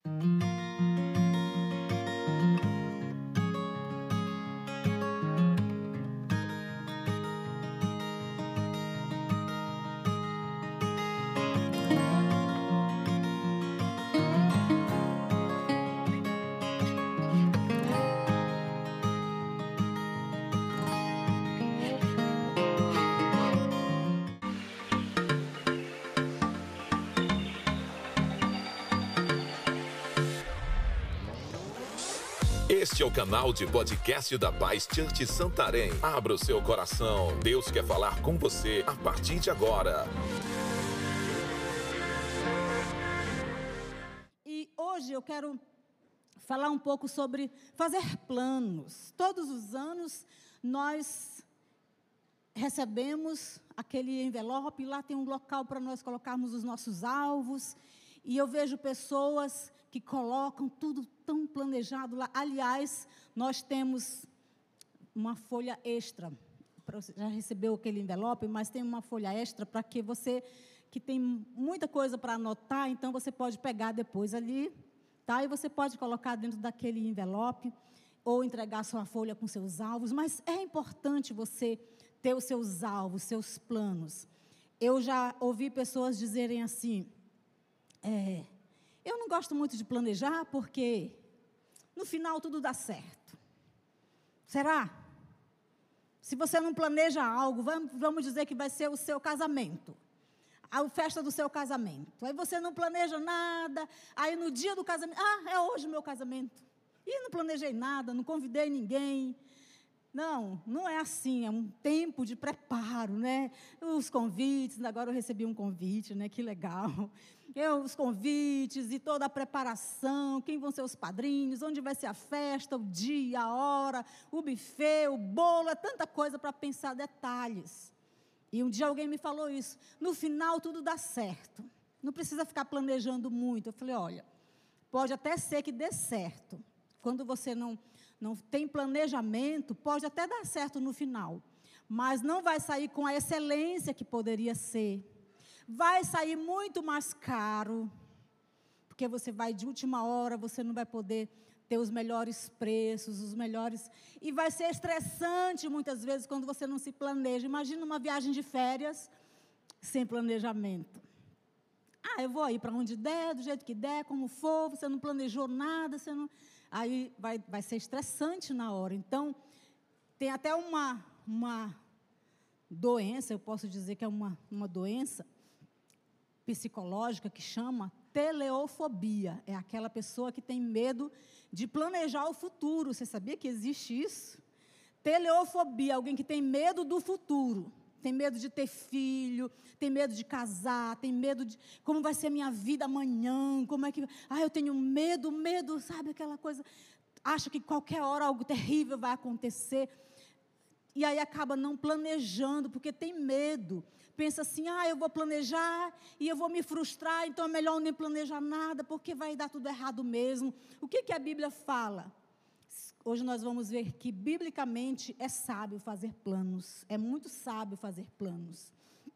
Este é o canal de podcast da Paz Church Santarém. Abra o seu coração. Deus quer falar com você a partir de agora. E hoje eu quero falar um pouco sobre fazer planos. Todos os anos nós recebemos aquele envelope, lá tem um local para nós colocarmos os nossos alvos. E eu vejo pessoas que colocam tudo tão planejado lá. Aliás, nós temos uma folha extra. Você já recebeu aquele envelope, mas tem uma folha extra para que você, que tem muita coisa para anotar, então você pode pegar depois ali, tá? E você pode colocar dentro daquele envelope, ou entregar sua folha com seus alvos. Mas é importante você ter os seus alvos, seus planos. Eu já ouvi pessoas dizerem assim: eu não gosto muito de planejar porque no final tudo dá certo. Será? Se você não planeja algo, vamos dizer que vai ser o seu casamento, a festa do seu casamento. Aí você não planeja nada, aí no dia do casamento, é hoje o meu casamento. E não planejei nada, não convidei ninguém. Não é assim, é um tempo de preparo, né? Os convites, agora eu recebi um convite, né? Que legal. Os convites e toda a preparação, quem vão ser os padrinhos, onde vai ser a festa, o dia, a hora, o buffet, o bolo, é tanta coisa para pensar detalhes. E um dia alguém me falou isso: no final tudo dá certo, não precisa ficar planejando muito. Eu falei: olha, pode até ser que dê certo, quando você não tem planejamento, pode até dar certo no final, mas não vai sair com a excelência que poderia ser. Vai sair muito mais caro, porque você vai de última hora, você não vai poder ter os melhores preços, os melhores... E vai ser estressante muitas vezes quando você não se planeja. Imagina uma viagem de férias sem planejamento. Eu vou aí para onde der, do jeito que der, como for, você não planejou nada, você não... Aí vai ser estressante na hora. Então, tem até uma doença, eu posso dizer que é uma doença psicológica que chama teleofobia. É aquela pessoa que tem medo de planejar o futuro. Você sabia que existe isso? Teleofobia, alguém que tem medo do futuro. Tem medo de ter filho, tem medo de casar, tem medo de como vai ser a minha vida amanhã, como é que... eu tenho medo, sabe, aquela coisa... Acha que qualquer hora algo terrível vai acontecer. E aí acaba não planejando, porque tem medo. Pensa assim: eu vou planejar e eu vou me frustrar, então é melhor nem planejar nada, porque vai dar tudo errado mesmo. O que a Bíblia fala? Hoje nós vamos ver que, biblicamente, é sábio fazer planos. É muito sábio fazer planos.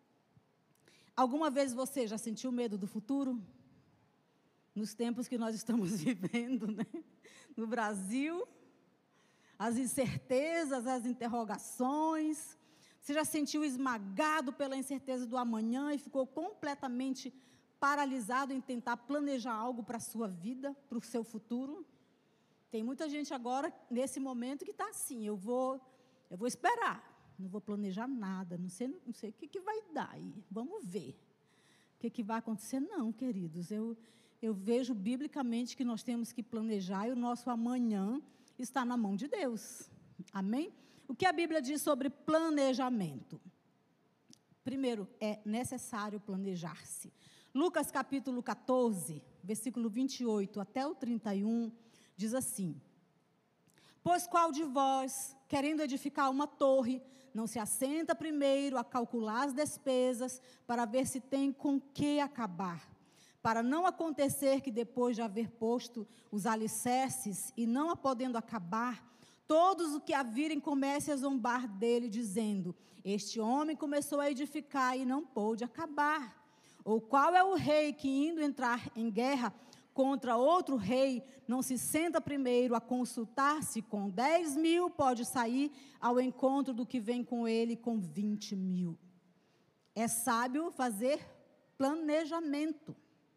Alguma vez você já sentiu medo do futuro? Nos tempos que nós estamos vivendo, né? No Brasil, as incertezas, as interrogações. Você já sentiu esmagado pela incerteza do amanhã e ficou completamente paralisado em tentar planejar algo para a sua vida, para o seu futuro? Tem muita gente agora, nesse momento, que está assim: eu vou esperar, não vou planejar nada, não sei o que vai dar aí, vamos ver o que vai acontecer. Não, queridos, eu vejo biblicamente que nós temos que planejar, e o nosso amanhã está na mão de Deus, amém? O que a Bíblia diz sobre planejamento? Primeiro, é necessário planejar-se. Lucas capítulo 14, versículo 28 até o 31, diz assim: pois qual de vós, querendo edificar uma torre, não se assenta primeiro a calcular as despesas, para ver se tem com que acabar? Para não acontecer que, depois de haver posto os alicerces, e não a podendo acabar, todos os que a virem comecem a zombar dele, dizendo: este homem começou a edificar e não pôde acabar. Ou qual é o rei que, indo entrar em guerra contra outro rei, não se senta primeiro a consultar-se com 10.000, pode sair ao encontro do que vem com ele com 20.000. É sábio fazer planejamento.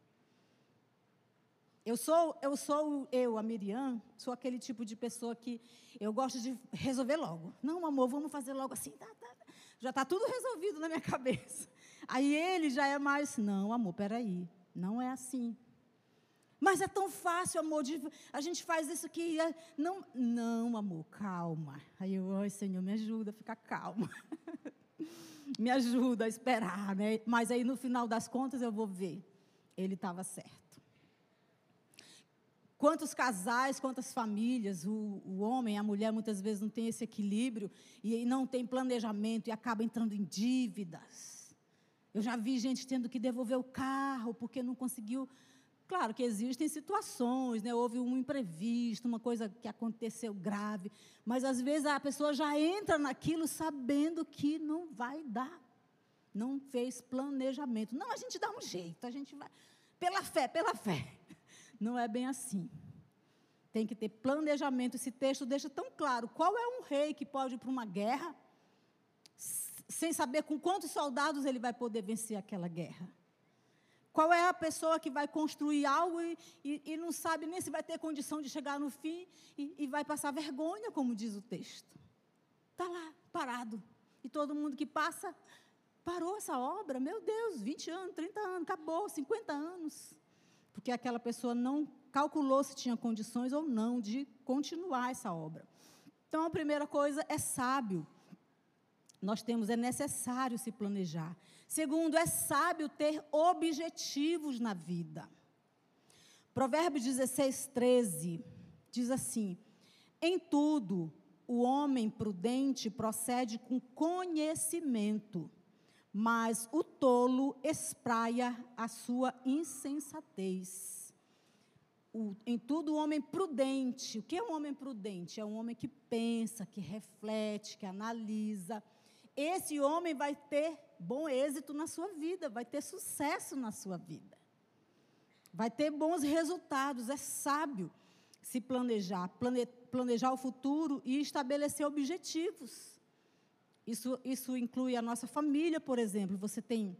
A Miriam, sou aquele tipo de pessoa que eu gosto de resolver logo. Não, amor, vamos fazer logo assim. Já está tudo resolvido na minha cabeça. Aí ele já é mais, não, amor, peraí, não é assim. Mas é tão fácil, amor, a gente faz isso aqui. Não, amor, calma. Aí eu, ai, Senhor, me ajuda a ficar calma. Me ajuda a esperar, né? Mas aí, no final das contas, eu vou ver. Ele estava certo. Quantos casais, quantas famílias, o homem, a mulher, muitas vezes não tem esse equilíbrio e não tem planejamento e acaba entrando em dívidas. Eu já vi gente tendo que devolver o carro porque não conseguiu. Claro que existem situações, né? Houve um imprevisto, uma coisa que aconteceu grave, mas às vezes a pessoa já entra naquilo sabendo que não vai dar. Não fez planejamento. Não, a gente dá um jeito, a gente vai. Pela fé. Não é bem assim. Tem que ter planejamento. Esse texto deixa tão claro qual é um rei que pode ir para uma guerra sem saber com quantos soldados ele vai poder vencer aquela guerra. Qual é a pessoa que vai construir algo e não sabe nem se vai ter condição de chegar no fim e vai passar vergonha, como diz o texto. Está lá, parado. E todo mundo que passa, parou essa obra, meu Deus, 20 anos, 30 anos, acabou, 50 anos. Porque aquela pessoa não calculou se tinha condições ou não de continuar essa obra. Então, a primeira coisa é sábio. É necessário se planejar. Segundo, é sábio ter objetivos na vida. Provérbios 16:13 diz assim: em tudo, o homem prudente procede com conhecimento, mas o tolo espraia a sua insensatez. Em tudo, o homem prudente. O que é um homem prudente? É um homem que pensa, que reflete, que analisa. Esse homem vai ter bom êxito na sua vida, vai ter sucesso na sua vida. Vai ter bons resultados. É sábio se planejar o futuro e estabelecer objetivos. Isso inclui a nossa família, por exemplo. Você tem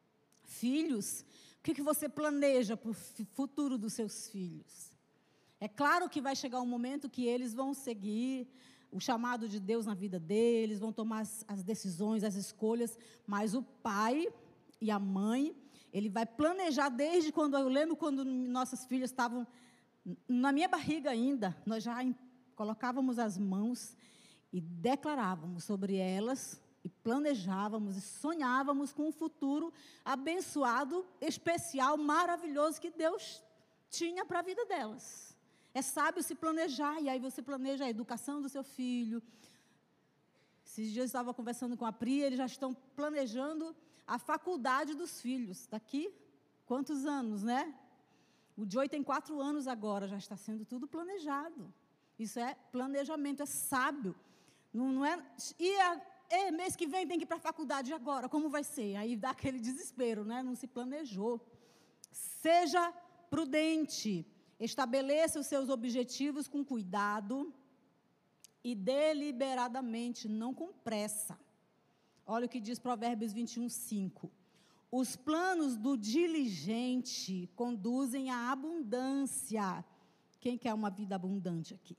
filhos, o que você planeja para o futuro dos seus filhos? É claro que vai chegar um momento que eles vão seguir o chamado de Deus na vida deles, vão tomar as decisões, as escolhas, mas o pai e a mãe, ele vai planejar desde quando, eu lembro quando nossas filhas estavam na minha barriga ainda, nós já colocávamos as mãos e declarávamos sobre elas, e planejávamos, e sonhávamos com um futuro abençoado, especial, maravilhoso, que Deus tinha para a vida delas. É sábio se planejar, e aí você planeja a educação do seu filho. Esses dias eu estava conversando com a Pri, eles já estão planejando a faculdade dos filhos. Daqui, quantos anos, né? O Joey tem 4 anos agora, já está sendo tudo planejado. Isso é planejamento, é sábio. Não é, mês que vem tem que ir para a faculdade, agora, como vai ser? Aí dá aquele desespero, né? Não se planejou. Seja prudente, estabeleça os seus objetivos com cuidado e deliberadamente, não com pressa. Olha o que diz Provérbios 21:5. Os planos do diligente conduzem à abundância. Quem quer uma vida abundante aqui?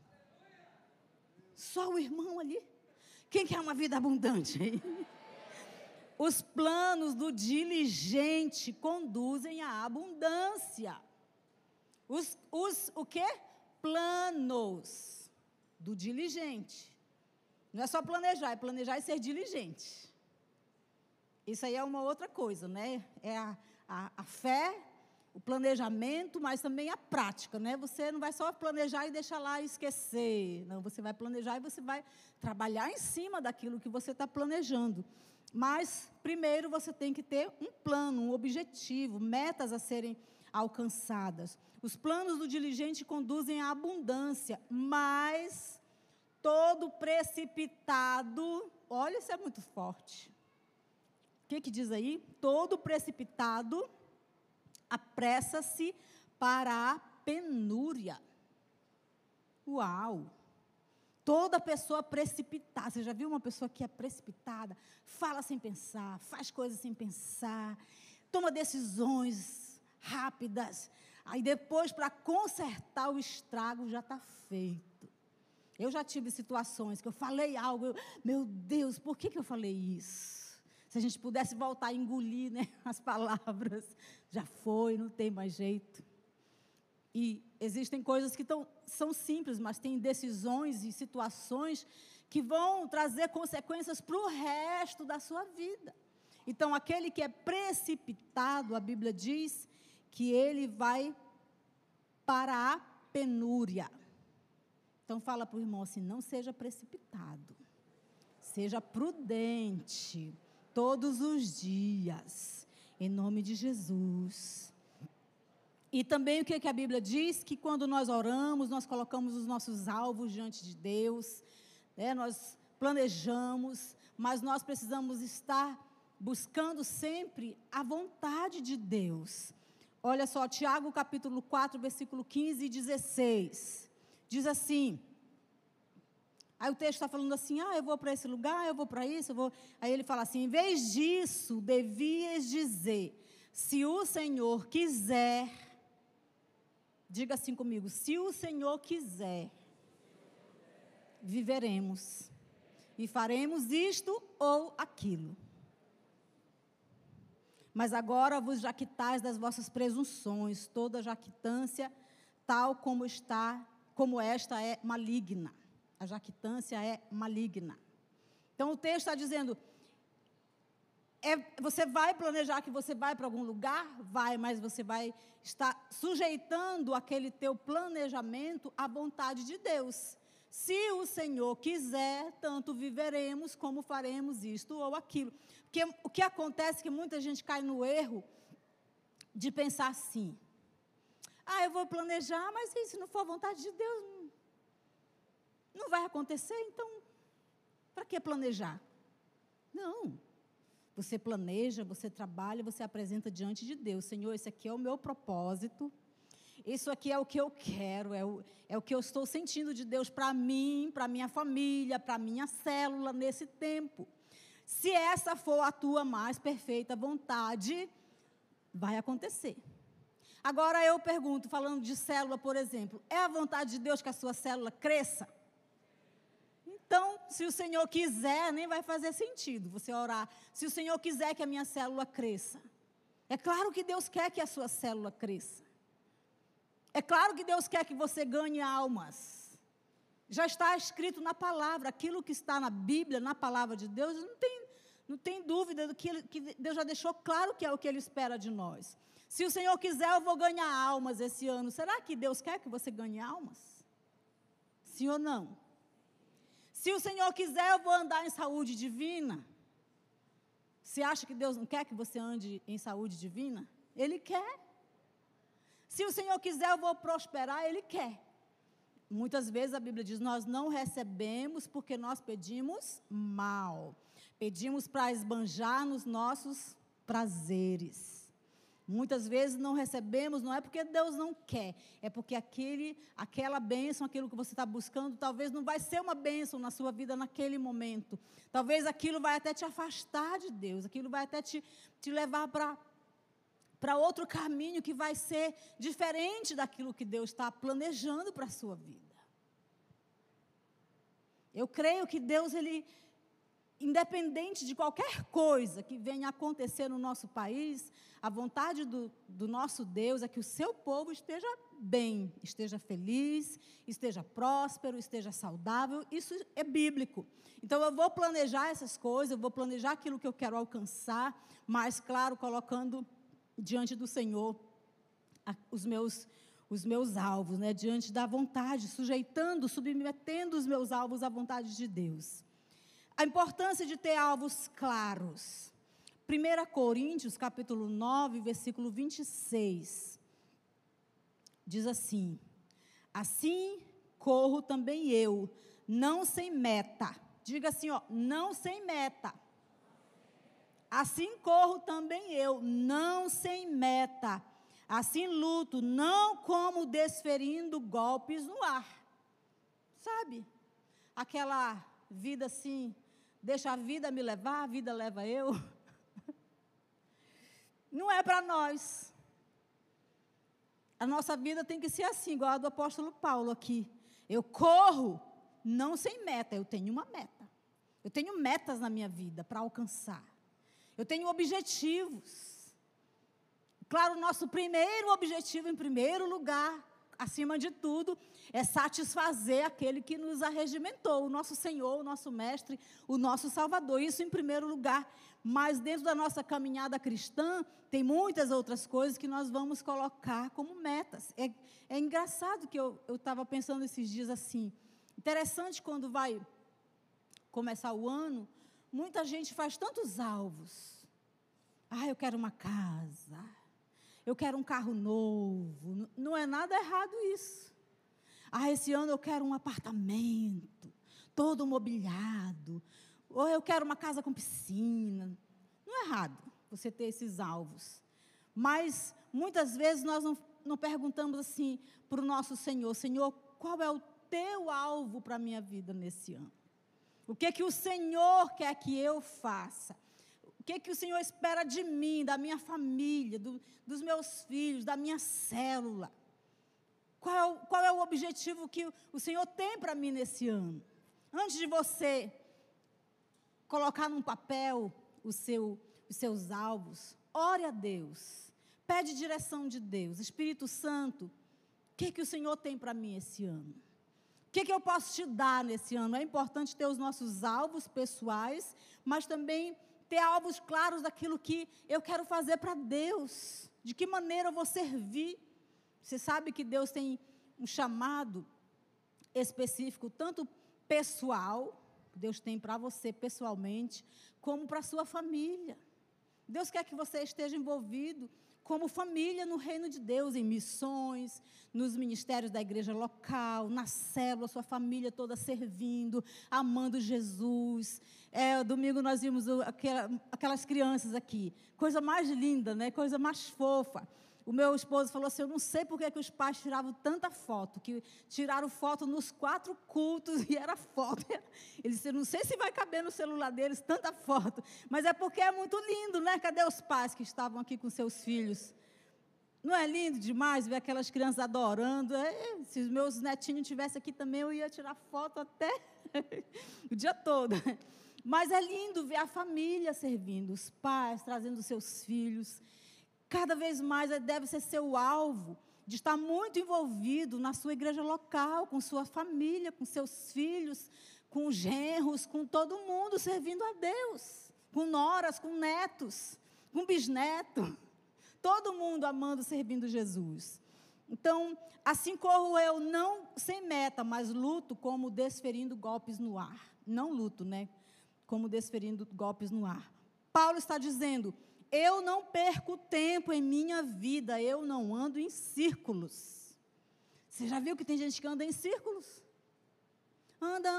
Só o irmão ali? Quem quer uma vida abundante aí? Os planos do diligente conduzem à abundância. O quê? Planos do diligente. Não é só planejar, é planejar e ser diligente. Isso aí é uma outra coisa, né? É a fé, o planejamento, mas também a prática, né? Você não vai só planejar e deixar lá e esquecer. Não, você vai planejar e você vai trabalhar em cima daquilo que você está planejando. Mas, primeiro, você tem que ter um plano, um objetivo, metas a serem alcançadas. Os planos do diligente conduzem à abundância, mas todo precipitado, olha, isso é muito forte. O que diz aí? Todo precipitado apressa-se para a penúria. Uau! Toda pessoa precipitada, você já viu uma pessoa que é precipitada? Fala sem pensar, faz coisas sem pensar, toma decisões rápidas, aí depois, para consertar o estrago, já está feito. Eu já tive situações que eu falei algo, meu Deus, por que eu falei isso? Se a gente pudesse voltar a engolir, né, as palavras, já foi, não tem mais jeito. E existem coisas que são simples, mas tem decisões e situações que vão trazer consequências para o resto da sua vida. Então, aquele que é precipitado, a Bíblia diz que ele vai para a penúria. Então, fala para o irmão assim, não seja precipitado, seja prudente todos os dias, em nome de Jesus. E também o que a Bíblia diz? Que quando nós oramos, nós colocamos os nossos alvos diante de Deus, né? Nós planejamos, mas nós precisamos estar buscando sempre a vontade de Deus. Olha só, Tiago capítulo 4, versículo 15 e 16, diz assim, aí o texto está falando assim, eu vou para esse lugar, eu vou para isso, aí ele fala assim, em vez disso, devias dizer, se o Senhor quiser, diga assim comigo, se o Senhor quiser, viveremos e faremos isto ou aquilo. Mas agora vos jactais das vossas presunções, toda jactância, tal como esta é maligna. A jactância é maligna. Então o texto está dizendo, você vai planejar que você vai para algum lugar? Vai, mas você vai estar sujeitando aquele teu planejamento à vontade de Deus. Se o Senhor quiser, tanto viveremos como faremos isto ou aquilo. Porque o que acontece é que muita gente cai no erro de pensar assim, eu vou planejar, mas se não for a vontade de Deus, não vai acontecer, então, para que planejar? Não. Você planeja, você trabalha, você apresenta diante de Deus. Senhor, esse aqui é o meu propósito, isso aqui é o que eu quero, é o que eu estou sentindo de Deus para mim, para minha família, para minha célula nesse tempo. Se essa for a tua mais perfeita vontade, vai acontecer. Agora eu pergunto, falando de célula, por exemplo, é a vontade de Deus que a sua célula cresça? Então, se o Senhor quiser, nem vai fazer sentido você orar. Se o Senhor quiser que a minha célula cresça. É claro que Deus quer que a sua célula cresça. É claro que Deus quer que você ganhe almas. Já está escrito na palavra, aquilo que está na Bíblia, na palavra de Deus, não tem dúvida do que Deus já deixou claro que é o que Ele espera de nós. Se o Senhor quiser, eu vou ganhar almas esse ano. Será que Deus quer que você ganhe almas? Sim ou não? Se o Senhor quiser, eu vou andar em saúde divina. Você acha que Deus não quer que você ande em saúde divina? Ele quer. Se o Senhor quiser, eu vou prosperar, Ele quer. Muitas vezes a Bíblia diz, nós não recebemos porque nós pedimos mal. Pedimos para esbanjar nos nossos prazeres. Muitas vezes não recebemos, não é porque Deus não quer, é porque aquela bênção, aquilo que você está buscando, talvez não vai ser uma bênção na sua vida naquele momento. Talvez aquilo vai até te afastar de Deus, aquilo vai até te levar para outro caminho que vai ser diferente daquilo que Deus está planejando para a sua vida. Eu creio que Deus, independente de qualquer coisa que venha acontecer no nosso país, a vontade do nosso Deus é que o seu povo esteja bem, esteja feliz, esteja próspero, esteja saudável. Isso é bíblico. Então, eu vou planejar essas coisas, eu vou planejar aquilo que eu quero alcançar, mas, claro, colocando diante do Senhor os meus alvos, né? Diante da vontade, submetendo os meus alvos à vontade de Deus. A importância de ter alvos claros. 1 Coríntios, capítulo 9, versículo 26. Diz assim, assim corro também eu, não sem meta. Diga assim, não sem meta. Assim corro também eu, não sem meta. Assim luto, não como desferindo golpes no ar. Sabe? Aquela vida assim, deixa a vida me levar, a vida leva eu. Não é para nós. A nossa vida tem que ser assim, igual a do apóstolo Paulo aqui. Eu corro, não sem meta, eu tenho uma meta. Eu tenho metas na minha vida para alcançar. Eu tenho objetivos. Claro, o nosso primeiro objetivo, em primeiro lugar, acima de tudo, é satisfazer aquele que nos arregimentou, o nosso Senhor, o nosso Mestre, o nosso Salvador. Isso em primeiro lugar. Mas dentro da nossa caminhada cristã, tem muitas outras coisas que nós vamos colocar como metas. É engraçado que eu estava pensando esses dias assim, interessante quando vai começar o ano, muita gente faz tantos alvos. Eu quero uma casa, eu quero um carro novo. Não é nada errado isso. Esse ano eu quero um apartamento, todo mobiliado. Ou eu quero uma casa com piscina. Não é errado você ter esses alvos. Mas, muitas vezes, nós não perguntamos assim para o nosso Senhor: Senhor, qual é o teu alvo para a minha vida nesse ano? O que o Senhor quer que eu faça? O que o Senhor espera de mim, da minha família, dos meus filhos, da minha célula? Qual é o objetivo que o Senhor tem para mim nesse ano? Antes de você colocar num papel os seus alvos, ore a Deus, pede direção de Deus. Espírito Santo, o que o Senhor tem para mim esse ano? O que eu posso te dar nesse ano? É importante ter os nossos alvos pessoais, mas também ter alvos claros daquilo que eu quero fazer para Deus, de que maneira eu vou servir. Você sabe que Deus tem um chamado específico, tanto pessoal, Deus tem para você pessoalmente, como para a sua família. Deus quer que você esteja envolvido como família no reino de Deus, em missões, nos ministérios da igreja local, na célula, sua família toda servindo, amando Jesus. Domingo nós vimos aquelas crianças aqui, coisa mais linda, né? Coisa mais fofa. O meu esposo falou assim: eu não sei por que os pais tiravam tanta foto, que tiraram foto nos 4 cultos e era foto. Ele disse: eu não sei se vai caber no celular deles tanta foto, mas é porque é muito lindo, né? Cadê os pais que estavam aqui com seus filhos? Não é lindo demais ver aquelas crianças adorando? Se os meus netinhos estivessem aqui também, eu ia tirar foto até o dia todo. Mas é lindo ver a família servindo, os pais trazendo os seus filhos. Cada vez mais deve ser seu alvo de estar muito envolvido na sua igreja local, com sua família, com seus filhos, com genros, com todo mundo servindo a Deus, com noras, com netos, com bisneto, todo mundo amando, servindo Jesus. Então, assim corro eu, não sem meta, mas luto como desferindo golpes no ar. Não luto, né? Como desferindo golpes no ar. Paulo está dizendo: eu não perco tempo em minha vida, eu não ando em círculos. Você já viu que tem gente que anda em círculos? Anda,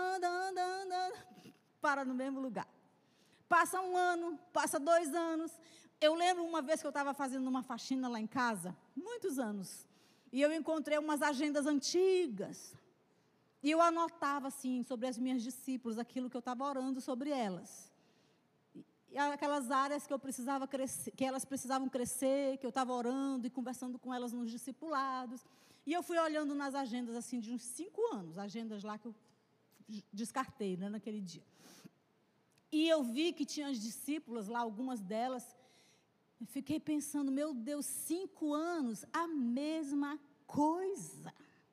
para no mesmo lugar. Passa 1 ano, passa 2 anos. Eu lembro uma vez que eu estava fazendo uma faxina lá em casa, muitos anos, e eu encontrei umas agendas antigas, e eu anotava assim, sobre as minhas discípulas, aquilo que eu estava orando sobre elas. E aquelas áreas que eu precisava crescer, que elas precisavam crescer, que eu estava orando e conversando com elas nos discipulados. E eu fui olhando nas agendas assim de uns 5 anos, agendas lá que eu descartei, né, naquele dia. E eu vi que tinha as discípulas lá, algumas delas. Eu fiquei pensando: meu Deus, 5 anos, a mesma coisa.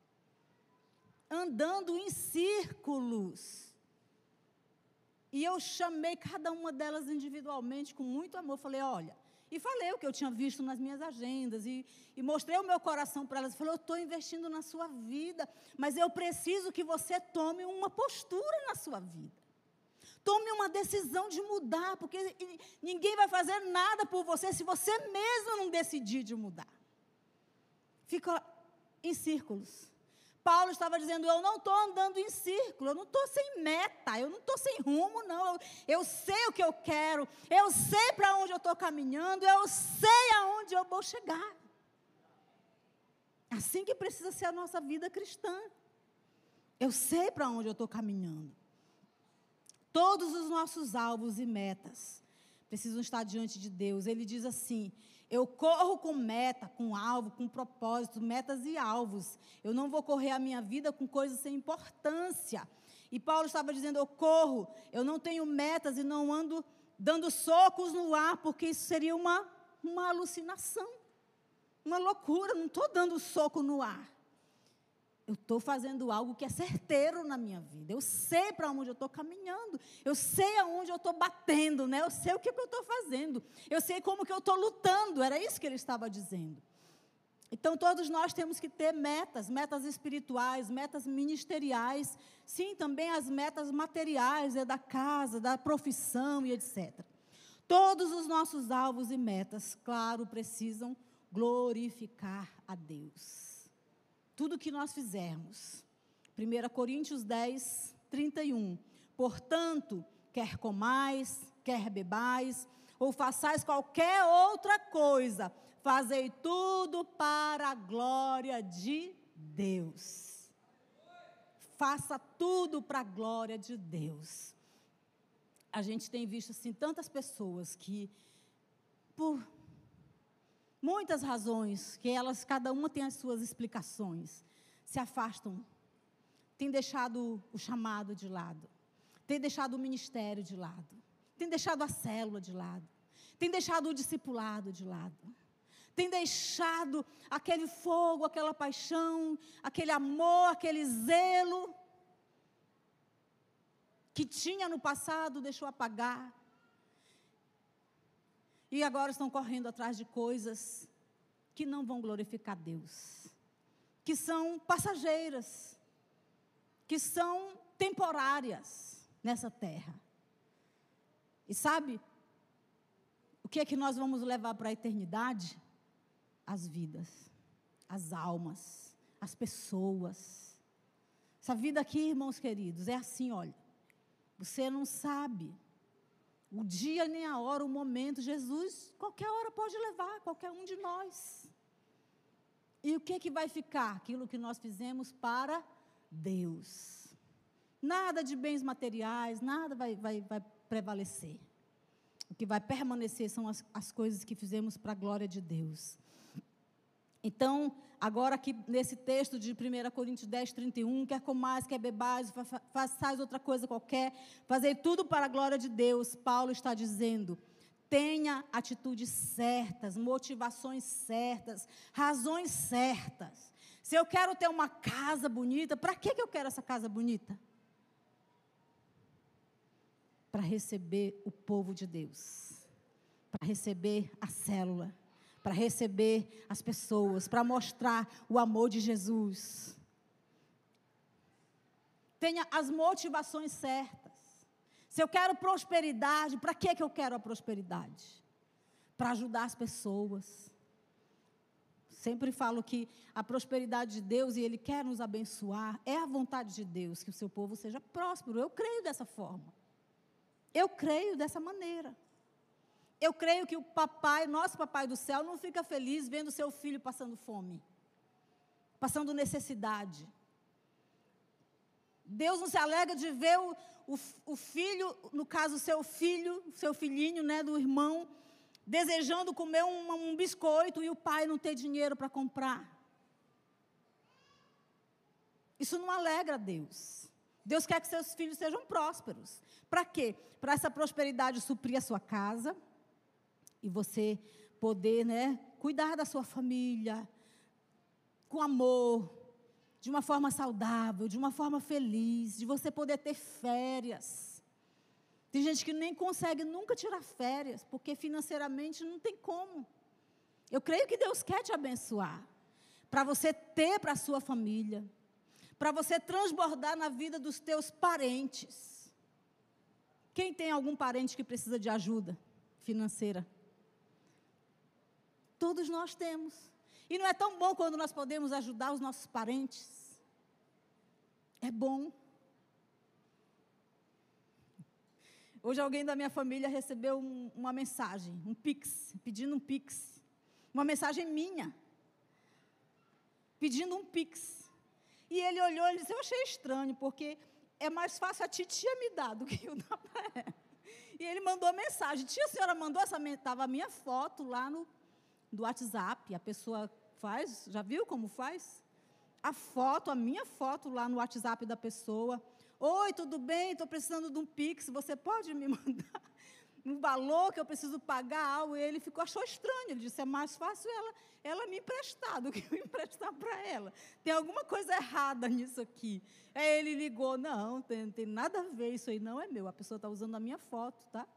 Andando em círculos. E eu chamei cada uma delas individualmente, com muito amor. Falei: olha, e falei o que eu tinha visto nas minhas agendas, e mostrei o meu coração para elas. Falei: eu estou investindo na sua vida, mas eu preciso que você tome uma postura na sua vida. Tome uma decisão de mudar, porque ninguém vai fazer nada por você se você mesmo não decidir de mudar. Fica em círculos. Paulo estava dizendo: eu não estou andando em círculo, eu não estou sem meta, eu não estou sem rumo, não. Eu sei o que eu quero, eu sei para onde eu estou caminhando, eu sei aonde eu vou chegar. Assim que precisa ser a nossa vida cristã. Eu sei para onde eu estou caminhando. Todos os nossos alvos e metas precisam estar diante de Deus. Ele diz assim: eu corro com meta, com alvo, com propósito, metas e alvos. Eu não vou correr a minha vida com coisas sem importância. E Paulo estava dizendo: eu corro, eu não tenho metas e não ando dando socos no ar, porque isso seria uma alucinação, uma loucura. Não estou dando soco no ar. Eu estou fazendo algo que é certeiro na minha vida. Eu sei para onde eu estou caminhando. Eu sei aonde eu estou batendo, né? Eu sei o que eu estou fazendo. Eu sei como que eu estou lutando. Era isso que ele estava dizendo. Então, todos nós temos que ter metas espirituais, metas ministeriais. Sim, também as metas materiais, da casa, da profissão e etc. Todos os nossos alvos e metas, claro, precisam glorificar a Deus. Tudo que nós fizermos. 1 Coríntios 10, 31. Portanto, quer comais, quer bebais, ou façais qualquer outra coisa, fazei tudo para a glória de Deus. Faça tudo para a glória de Deus. A gente tem visto assim tantas pessoas que, por muitas razões, que elas, cada uma tem as suas explicações, se afastam, tem deixado o chamado de lado, tem deixado o ministério de lado, tem deixado a célula de lado, tem deixado o discipulado de lado, tem deixado aquele fogo, aquela paixão, aquele amor, aquele zelo que tinha no passado, deixou apagar. E agora estão correndo atrás de coisas que não vão glorificar Deus, que são passageiras, que são temporárias nessa terra. E sabe, o que é que nós vamos levar para a eternidade? As vidas, as almas, as pessoas. Essa vida aqui, irmãos queridos, é assim, olha, você não sabe o dia, nem a hora, o momento. Jesus, qualquer hora pode levar, qualquer um de nós. E o que é que vai ficar? Aquilo que nós fizemos para Deus. Nada de bens materiais, nada vai prevalecer. O que vai permanecer são as coisas que fizemos para a glória de Deus. Então, agora aqui nesse texto de 1 Coríntios 10, 31, quer comais, quer bebais, façais outra coisa qualquer, fazei tudo para a glória de Deus. Paulo está dizendo: tenha atitudes certas, motivações certas, razões certas. Se eu quero ter uma casa bonita, para que eu quero essa casa bonita? Para receber o povo de Deus, para receber a célula, para receber as pessoas, para mostrar o amor de Jesus. Tenha as motivações certas. Se eu quero prosperidade, para que eu quero a prosperidade? Para ajudar as pessoas. Sempre falo que a prosperidade de Deus, e Ele quer nos abençoar, é a vontade de Deus, que o seu povo seja próspero. Eu creio dessa forma. Eu creio dessa maneira. Eu creio que o papai, nosso papai do céu, não fica feliz vendo seu filho passando fome, passando necessidade. Deus não se alegra de ver o filho, no caso, seu filhinho, né, do irmão, desejando comer um biscoito e o pai não ter dinheiro para comprar. Isso não alegra a Deus. Deus quer que seus filhos sejam prósperos. Para quê? Para essa prosperidade suprir a sua casa, e você poder, né, cuidar da sua família, com amor, de uma forma saudável, de uma forma feliz, de você poder ter férias. Tem gente que nem consegue nunca tirar férias, porque financeiramente não tem como. Eu creio que Deus quer te abençoar, para você ter para a sua família, para você transbordar na vida dos teus parentes. Quem tem algum parente que precisa de ajuda financeira? Todos nós temos. E não é tão bom quando nós podemos ajudar os nossos parentes? É bom. Hoje alguém da minha família recebeu uma mensagem, um pix, pedindo um pix. Uma mensagem minha. pedindo um Pix. E ele olhou e disse, eu achei estranho, porque é mais fácil a titia me dar do que eu dar para ela. E ele mandou mensagem, tia, a senhora mandou essa mensagem? Estava a minha foto lá no WhatsApp, a pessoa faz, já viu como faz? A minha foto lá no WhatsApp da pessoa. Oi, tudo bem? Estou precisando de um Pix, você pode me mandar um valor que eu preciso pagar? E ele achou estranho, ele disse, é mais fácil ela me emprestar do que eu emprestar para ela. Tem alguma coisa errada nisso aqui. Aí ele ligou, não tem nada a ver, isso aí não é meu, a pessoa está usando a minha foto, tá?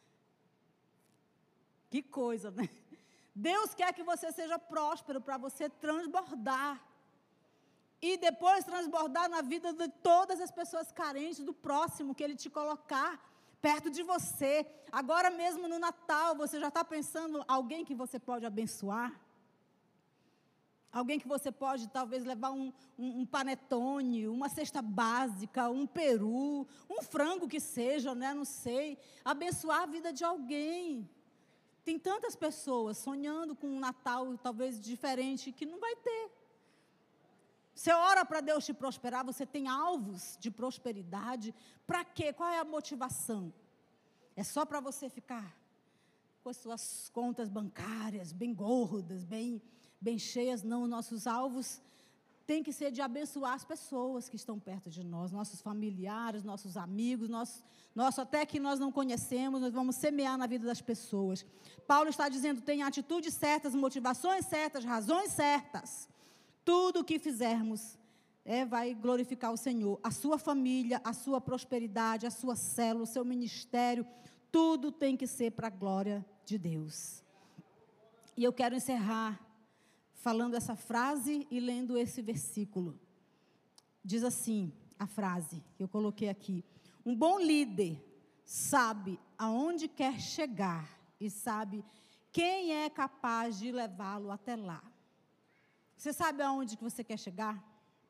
Que coisa, né? Deus quer que você seja próspero para você transbordar. E depois transbordar na vida de todas as pessoas carentes, do próximo, que Ele te colocar perto de você. Agora mesmo no Natal, você já está pensando alguém que você pode abençoar? Alguém que você pode talvez levar um panetone, uma cesta básica, um peru, um frango que seja, né? Não sei. Abençoar a vida de alguém. Tem tantas pessoas sonhando com um Natal talvez diferente que não vai ter. Você ora para Deus te prosperar, você tem alvos de prosperidade. Para quê? Qual é a motivação? É só para você ficar com as suas contas bancárias bem gordas, bem cheias? Não, nossos alvos têm que ser de abençoar as pessoas que estão perto de nós, nossos familiares, nossos amigos, nosso até que nós não conhecemos, nós vamos semear na vida das pessoas. Paulo está dizendo, tem atitudes certas, motivações certas, razões certas. Tudo o que fizermos vai glorificar o Senhor. A sua família, a sua prosperidade, a sua célula, o seu ministério, tudo tem que ser para a glória de Deus. E eu quero encerrar falando essa frase e lendo esse versículo. Diz assim, a frase que eu coloquei aqui. Um bom líder sabe aonde quer chegar e sabe quem é capaz de levá-lo até lá. Você sabe aonde que você quer chegar?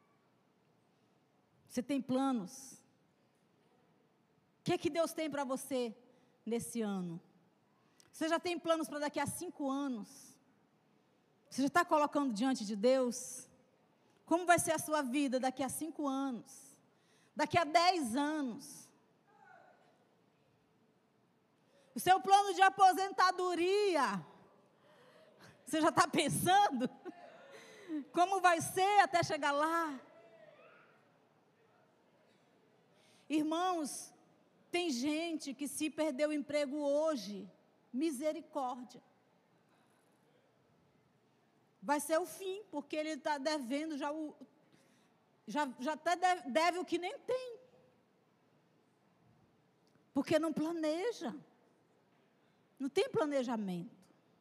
Você tem planos? O que é que Deus tem para você nesse ano? Você já tem planos para daqui a 5 anos? Você já está colocando diante de Deus? Como vai ser a sua vida daqui a 5 anos? Daqui a 10 anos? O seu plano de aposentadoria? Você já está pensando? Como vai ser até chegar lá? Irmãos, tem gente que se perdeu o emprego hoje, misericórdia. Vai ser o fim, porque ele está devendo já até deve o que nem tem. Porque não planeja. Não tem planejamento.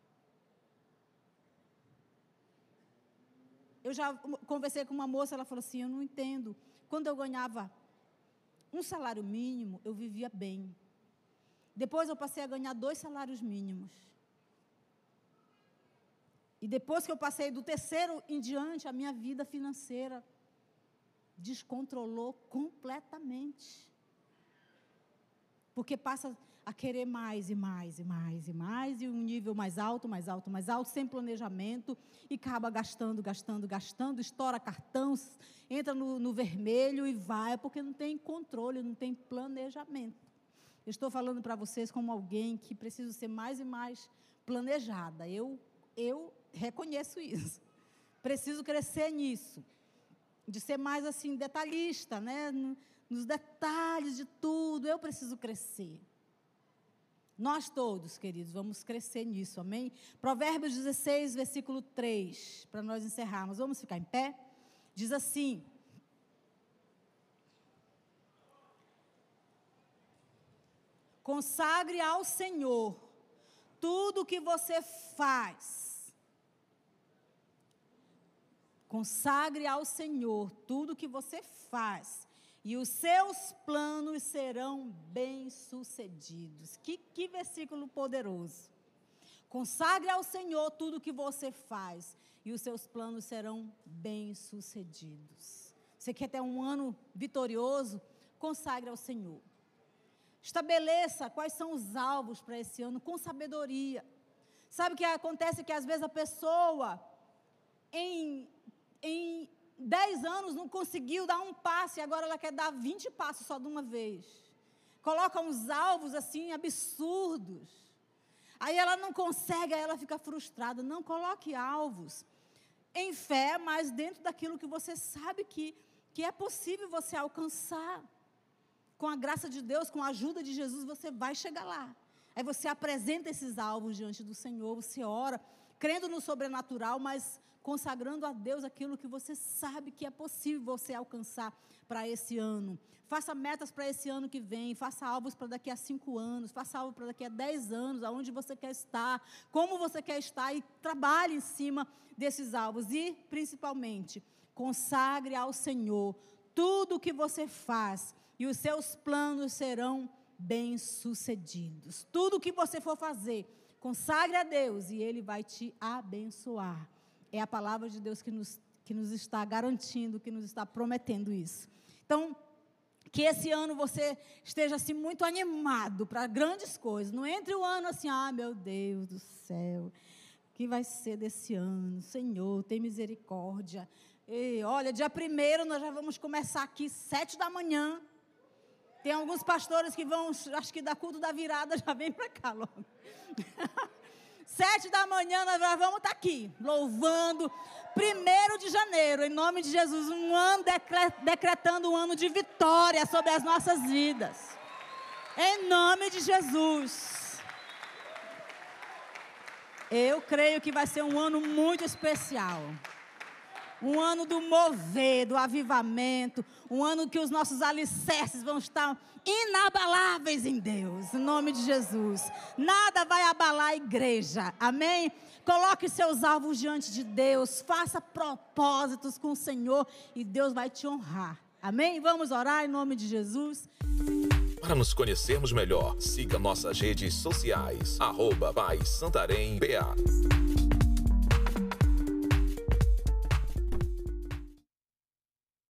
Eu já conversei com uma moça, ela falou assim, eu não entendo. Quando eu ganhava um salário mínimo, eu vivia bem. Depois eu passei a ganhar 2 salários mínimos. E depois que eu passei do 3º em diante, a minha vida financeira descontrolou completamente. Porque passa a querer mais e mais e mais e mais, e um nível mais alto, sem planejamento, e acaba gastando, estoura cartão, entra no vermelho e vai, porque não tem controle, não tem planejamento. Eu estou falando para vocês como alguém que precisa ser mais e mais planejada. Eu reconheço isso. Preciso crescer nisso, de ser mais assim, detalhista, né? Nos detalhes de tudo, eu preciso crescer. Nós todos, queridos, vamos crescer nisso, amém? Provérbios 16, versículo 3, para nós encerrarmos. Vamos ficar em pé? Diz assim: consagre ao Senhor tudo o que você faz. Consagre ao Senhor tudo o que você faz. E os seus planos serão bem-sucedidos. Que versículo poderoso. Consagre ao Senhor tudo o que você faz, e os seus planos serão bem-sucedidos. Você quer ter um ano vitorioso? Consagre ao Senhor. Estabeleça quais são os alvos para esse ano com sabedoria. Sabe o que acontece? Que às vezes a pessoa, em em 10 anos não conseguiu dar um passo e agora ela quer dar 20 passos só de uma vez. Coloca uns alvos assim absurdos. Aí ela não consegue, aí ela fica frustrada. Não coloque alvos em fé, mas dentro daquilo que você sabe que é possível você alcançar. Com a graça de Deus, com a ajuda de Jesus, você vai chegar lá. Aí você apresenta esses alvos diante do Senhor, você ora, crendo no sobrenatural, mas consagrando a Deus aquilo que você sabe que é possível você alcançar para esse ano. Faça metas para esse ano que vem, faça alvos para daqui a 5 anos, faça alvos para daqui a 10 anos, aonde você quer estar, como você quer estar, e trabalhe em cima desses alvos. E, principalmente, consagre ao Senhor tudo o que você faz, e os seus planos serão bem-sucedidos. Tudo o que você for fazer, consagre a Deus, e Ele vai te abençoar. É a palavra de Deus que nos está garantindo, que nos está prometendo isso. Então, que esse ano você esteja assim muito animado para grandes coisas. Não entre o ano assim, meu Deus do céu, o que vai ser desse ano? Senhor, tem misericórdia. E, olha, dia 1º nós já vamos começar aqui 7 da manhã. Tem alguns pastores que vão, acho que da culto da virada, já vem para cá logo. 7 da manhã nós já vamos estar aqui, louvando. 1º de janeiro, em nome de Jesus, um ano decretando um ano de vitória sobre as nossas vidas. Em nome de Jesus. Eu creio que vai ser um ano muito especial. Um ano do mover, do avivamento. Um ano que os nossos alicerces vão estar inabaláveis em Deus. Em nome de Jesus. Nada vai abalar a igreja. Amém? Coloque seus alvos diante de Deus. Faça propósitos com o Senhor. E Deus vai te honrar. Amém? Vamos orar em nome de Jesus. Para nos conhecermos melhor, siga nossas redes sociais. @PaisSantarém BA.